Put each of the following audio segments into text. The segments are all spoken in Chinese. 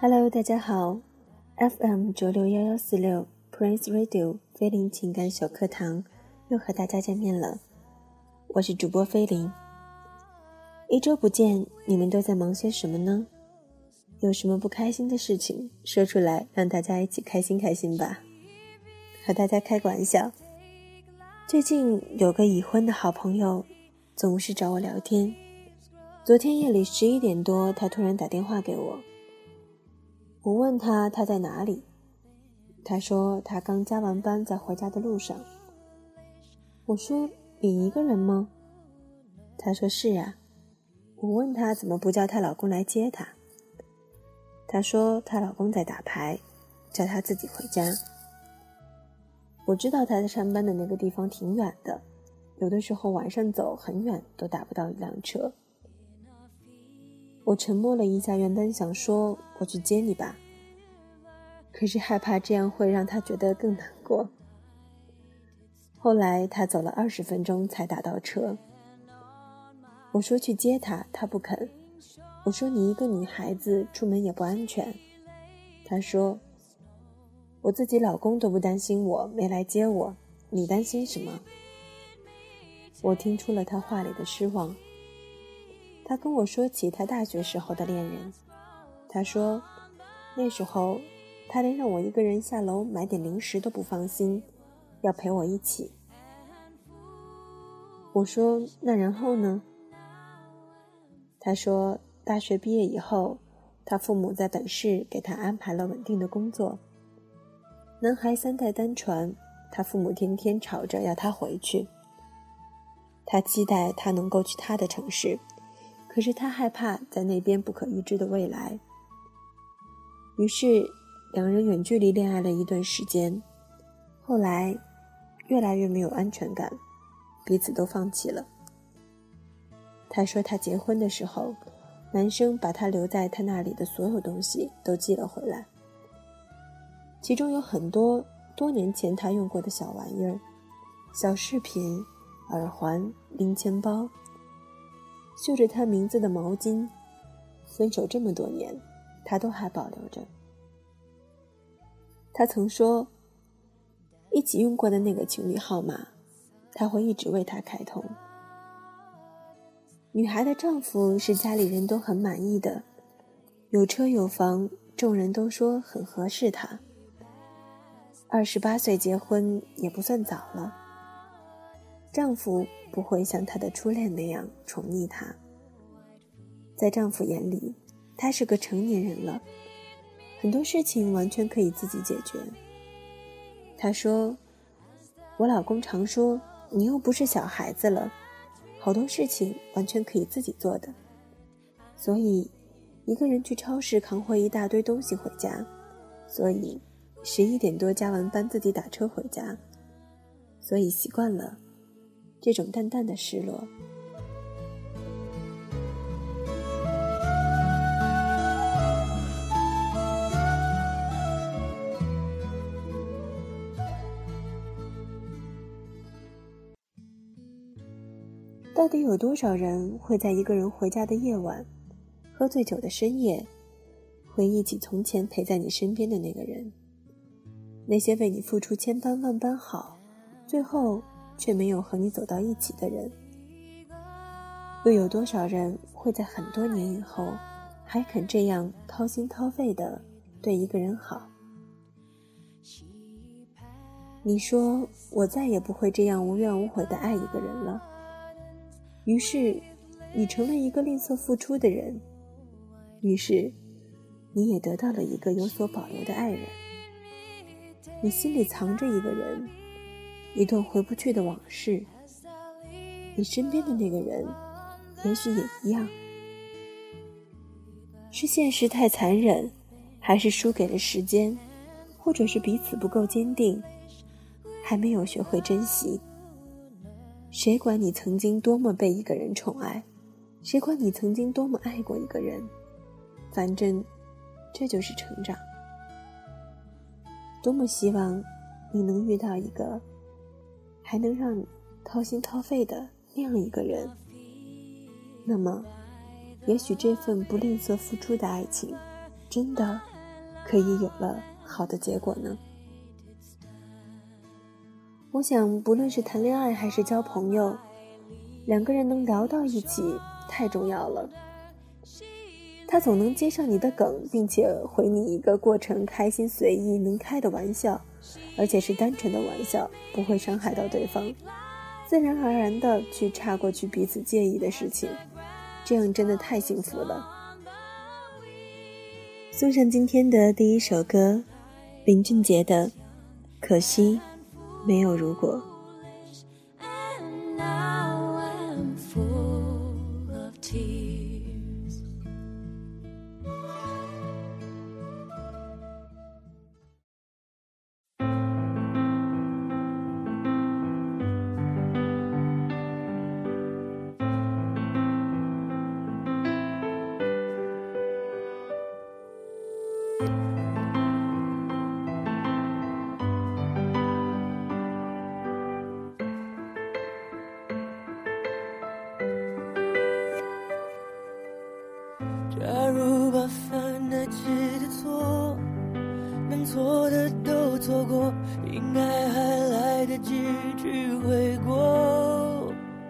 Hello， 大家好 ，FM 961146 Prince Radio 菲林情感小课堂又和大家见面了，我是主播菲林。一周不见，你们都在忙些什么呢？有什么不开心的事情说出来，让大家一起开心开心吧。和大家开个玩笑，最近有个已婚的好朋友总是找我聊天。昨天夜里11点多，他突然打电话给我。我问他在哪里，他说他刚加完班，在回家的路上。我说你一个人吗？他说是啊。我问他怎么不叫她老公来接她，他说她老公在打牌，叫她自己回家。我知道他在上班的那个地方挺远的，有的时候晚上走很远都打不到一辆车。我沉默了一下，原本想说我去接你吧，可是害怕这样会让他觉得更难过。后来他走了20分钟才打到车。我说去接他，他不肯。我说你一个女孩子出门也不安全。他说我自己老公都不担心我没来接我，你担心什么？我听出了他话里的失望。他跟我说起他大学时候的恋人，他说那时候他连让我一个人下楼买点零食都不放心，要陪我一起。我说那然后呢？他说大学毕业以后，他父母在本市给他安排了稳定的工作。男孩3代单传，他父母天天吵着要他回去。他期待他能够去他的城市，可是他害怕在那边不可预知的未来。于是两人远距离恋爱了一段时间，后来越来越没有安全感，彼此都放弃了。他说他结婚的时候，男生把他留在他那里的所有东西都寄了回来，其中有很多多年前他用过的小玩意儿，小饰品、耳环、零钱包，绣着他名字的毛巾，分手这么多年，他都还保留着。他曾说一起用过的那个情侣号码，他会一直为他开通。女孩的丈夫是家里人都很满意的，有车有房，众人都说很合适他。28岁结婚也不算早了。丈夫不会像他的初恋那样宠溺她，在丈夫眼里，她是个成年人了，很多事情完全可以自己解决。他说，我老公常说你又不是小孩子了，好多事情完全可以自己做的，所以一个人去超市扛回一大堆东西回家，所以11点多加完班自己打车回家，所以习惯了这种淡淡的失落。到底有多少人会在一个人回家的夜晚，喝醉酒的深夜，回忆起从前陪在你身边的那个人，那些为你付出千般万般好，最后却没有和你走到一起的人？又有多少人会在很多年以后，还肯这样掏心掏肺地对一个人好？你说我再也不会这样无怨无悔地爱一个人了，于是你成了一个吝啬付出的人，于是你也得到了一个有所保留的爱人。你心里藏着一个人，一段回不去的往事，你身边的那个人也许也一样。是现实太残忍，还是输给了时间，或者是彼此不够坚定，还没有学会珍惜？谁管你曾经多么被一个人宠爱，谁管你曾经多么爱过一个人，反正这就是成长。多么希望你能遇到一个还能让你掏心掏肺的那样一个人，那么也许这份不吝啬付出的爱情真的可以有了好的结果呢？我想不论是谈恋爱还是交朋友，两个人能聊到一起太重要了。他总能接上你的梗，并且回你一个过程开心随意能开的玩笑，而且是单纯的玩笑，不会伤害到对方，自然而然的去岔过去彼此介意的事情，这样真的太幸福了。送上今天的第一首歌，林俊杰的《可惜没有如果》。 假如把犯的记得错，能错的都错过，应该还来得及去悔过。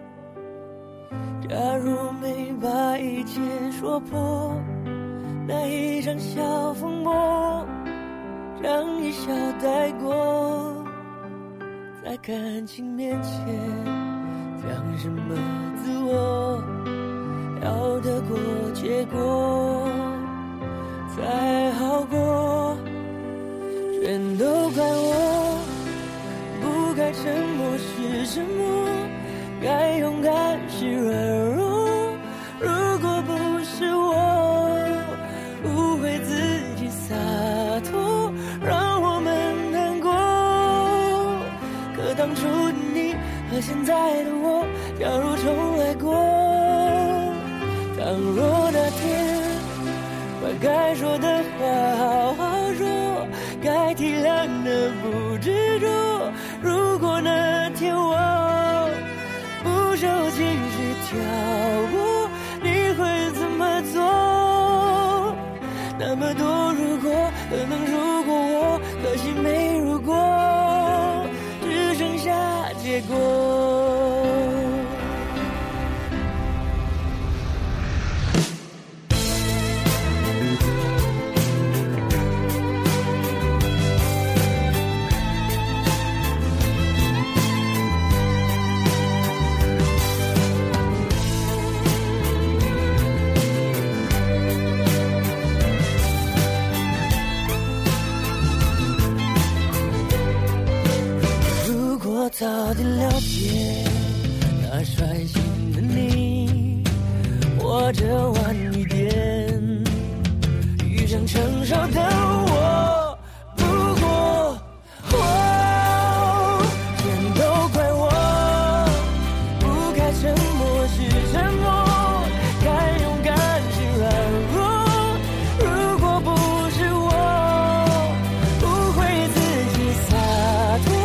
假如没把一切说破，那一场小风波让一笑带过，在感情面前讲什么自我，要得过结果才好过，全都怪我，不该沉默是沉默，该勇敢是软弱。如果不是我误会自己洒脱，让我们难过。可当初的你和现在的我，假如重来过，倘若那天把该说的话好好说，该体谅的不执着，如果那天我不受情绪挑拨，你会怎么做？那么多如果，可能如果我，可惜没如果，只剩下结果。早点了解那率性的你，或者晚一点遇上成熟的我。不过全都怪我，不该沉默是沉默，该勇敢是软弱。如果不是我不会自己洒脱，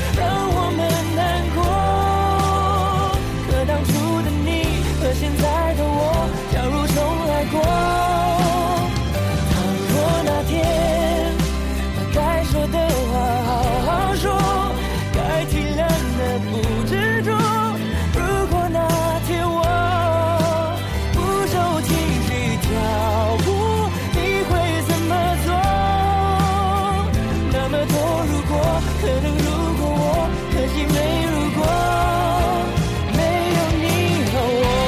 现在的我，假如重来过，倘若那天把该说的话好好说，该体谅的不执着，如果那天我不受情绪挑拨，你会怎么做？那么多如果，可能如果我，可惜没如果，没有你和我。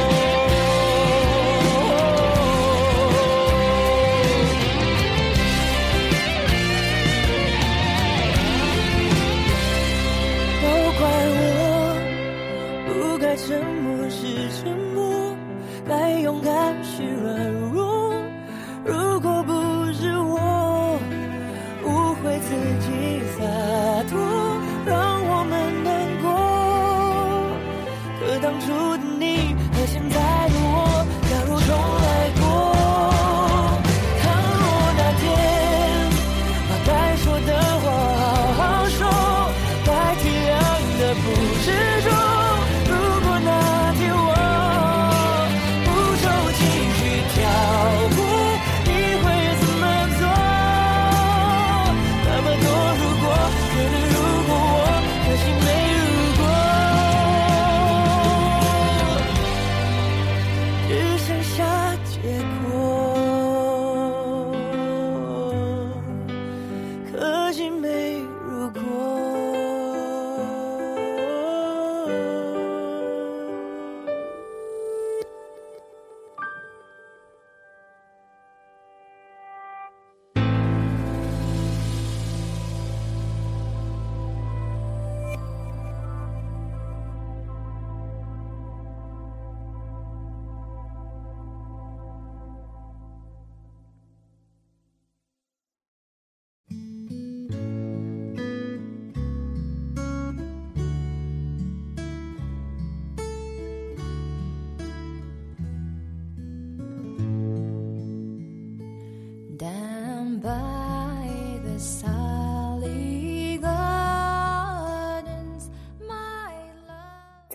沉默是沉默，该勇敢是软弱。如果不是我误会自己洒脱，让我们难过。可当初的你和现在的我，假如重来过，倘若那天把该说的话好好说，该体谅的不执着，那天我不受情绪挑拨，你会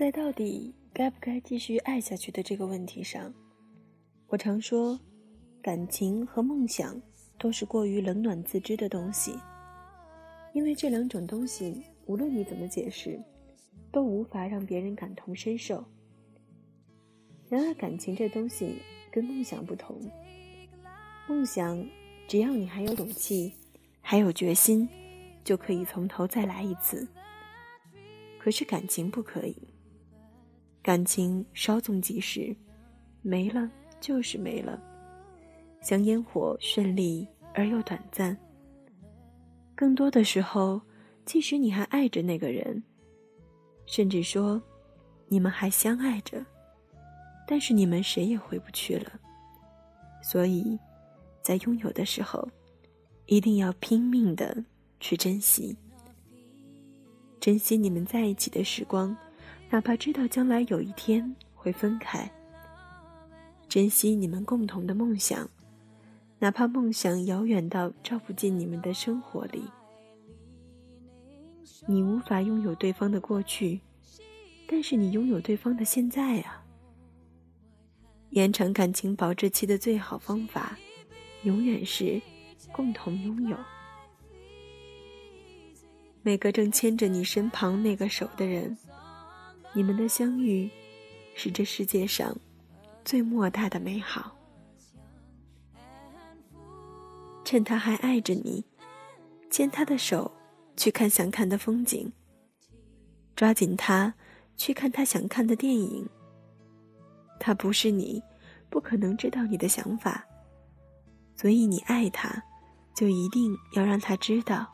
在到底该不该继续爱下去的这个问题上，我常说，感情和梦想都是过于冷暖自知的东西，因为这两种东西无论你怎么解释，都无法让别人感同身受。然而感情这东西跟梦想不同，梦想只要你还有勇气，还有决心，就可以从头再来一次。可是感情不可以，感情稍纵即逝，没了就是没了，像烟火绚丽而又短暂。更多的时候，即使你还爱着那个人，甚至说你们还相爱着，但是你们谁也回不去了。所以在拥有的时候，一定要拼命地去珍惜，珍惜你们在一起的时光，哪怕知道将来有一天会分开。珍惜你们共同的梦想，哪怕梦想遥远到照不进你们的生活里。你无法拥有对方的过去，但是你拥有对方的现在啊。延长感情保质期的最好方法，永远是共同拥有。每个正牵着你身旁那个手的人，你们的相遇是这世界上最莫大的美好。趁他还爱着你，牵他的手去看想看的风景，抓紧他去看他想看的电影。他不是你，不可能知道你的想法，所以你爱他，就一定要让他知道。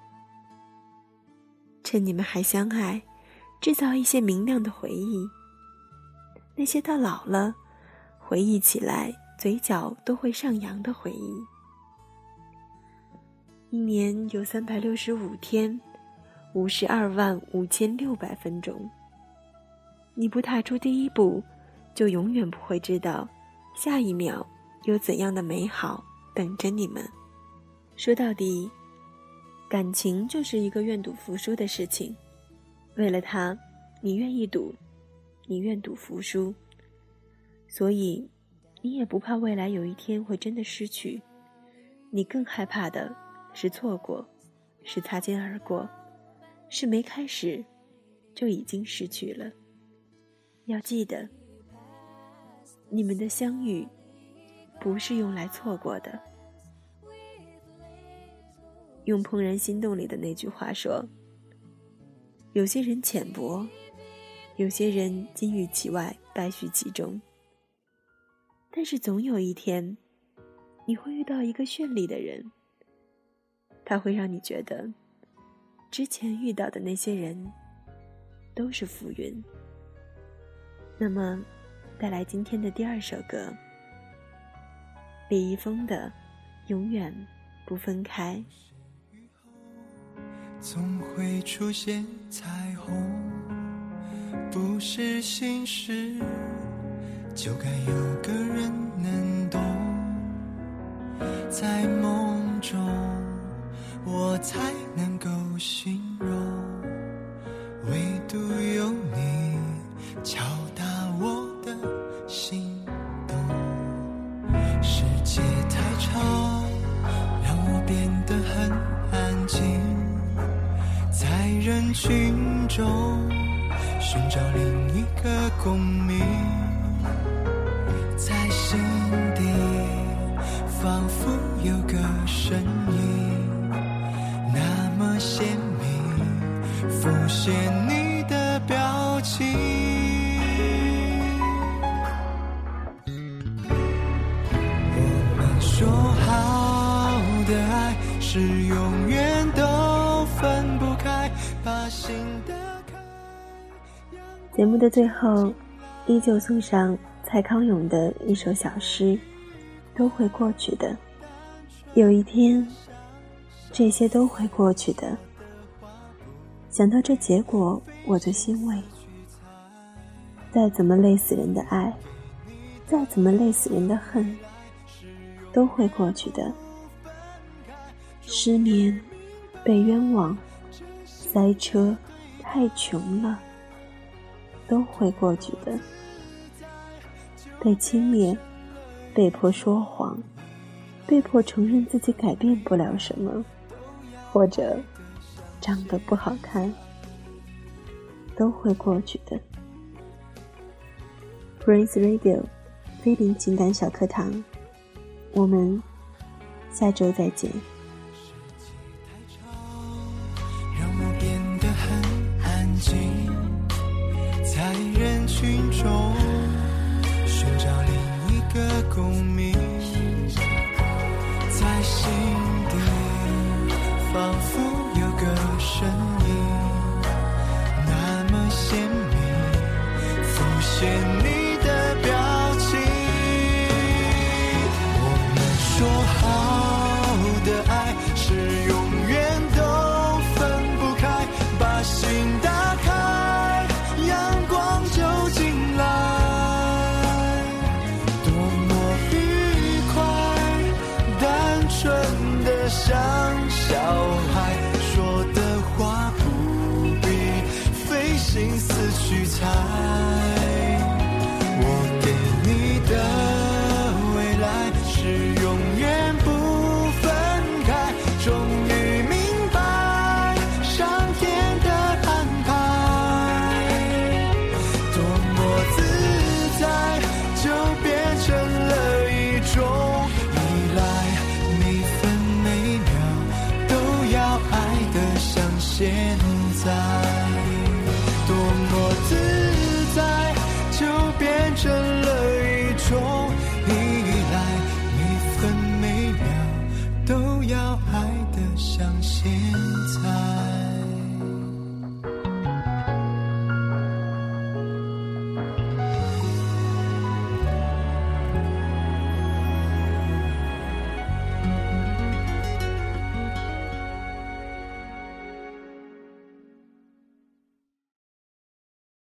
趁你们还相爱，制造一些明亮的回忆，那些到老了回忆起来嘴角都会上扬的回忆。一年有365天，525600分钟。你不踏出第一步，就永远不会知道下一秒有怎样的美好等着你们。说到底，感情就是一个愿赌服输的事情。为了他，你愿意赌，你愿赌服输，所以你也不怕未来有一天会真的失去。你更害怕的是错过，是擦肩而过，是没开始就已经失去了。要记得，你们的相遇不是用来错过的。用《怦然心动》里的那句话说，有些人浅薄，有些人金玉其外，败絮其中，但是总有一天你会遇到一个绚丽的人，他会让你觉得之前遇到的那些人都是浮云。那么带来今天的第二首歌，李易峰的《永远不分开》。 总会出现彩虹，不是心事就该有个人能懂。在梦中我才能够形容，唯独有你敲打我的心动。世界太吵，让我变得很安静，在人群中寻找另一个共鸣，在心底仿佛有个身影，那么鲜明，浮现你的表情。我们说好的爱是永远都分不开，把心打开。 节目的最后，依旧送上蔡康永的一首小诗，都会过去的，有一天这些都会过去的。想到这结果我就欣慰，再怎么累死人的爱，再怎么累死人的恨，都会过去的。失眠，被冤枉，塞车，太穷了， 都会过去的。被轻蔑，被迫说谎，被迫承认自己改变不了什么，或者长得不好看，都会过去的。Prince Radio 菲林情感小课堂，我们下周再见。 让我变得很安静，在人群中寻找另一个共鸣，在心底仿佛有个声音，那么鲜明，浮现你的表情。我们说好的爱是永远都分不开，把心打开，阳光就进来，多么愉快，单纯的像小孩，说的话不必费心思去猜，我给你的未来是永远不分开，终于明白上天的安排，多么自在，就变成了一种依赖，每分每秒都要爱得像现在，多么自在，就变成了一种依赖，每分每秒都要爱得像现在。